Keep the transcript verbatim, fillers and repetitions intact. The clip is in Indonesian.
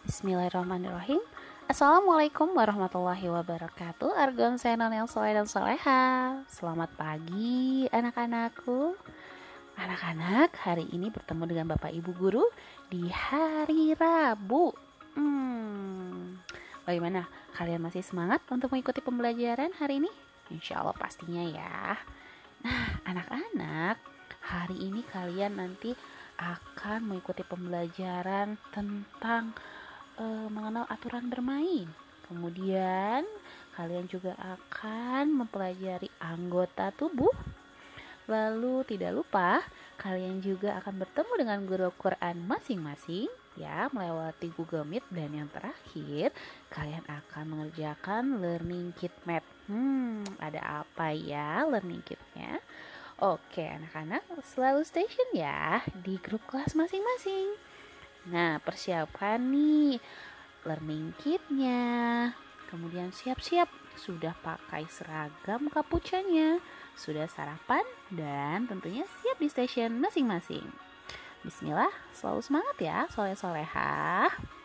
Bismillahirrahmanirrahim. Assalamualaikum warahmatullahi wabarakatuh. Argon Senon yang soleh dan soleha. Selamat pagi anak-anakku. Anak-anak, hari ini bertemu dengan Bapak Ibu Guru di hari Rabu. Hmm, bagaimana? Kalian masih semangat untuk mengikuti pembelajaran hari ini? Insya Allah pastinya ya. Nah, anak-anak, hari ini kalian nanti akan mengikuti pembelajaran tentang e, mengenal aturan bermain. Kemudian kalian juga akan mempelajari anggota tubuh. Lalu tidak lupa kalian juga akan bertemu dengan guru Quran masing-masing ya, melewati Google Meet. Dan yang terakhir, kalian akan mengerjakan learning kit map. Hmm, ada apa ya learning kitnya? Oke anak-anak, selalu stay tune ya di grup kelas masing-masing. Nah, persiapkan nih learning kitnya. Kemudian siap-siap, sudah pakai seragam kapucanya, sudah sarapan, dan tentunya siap di station masing-masing. Bismillah, selalu semangat ya soleh-solehah.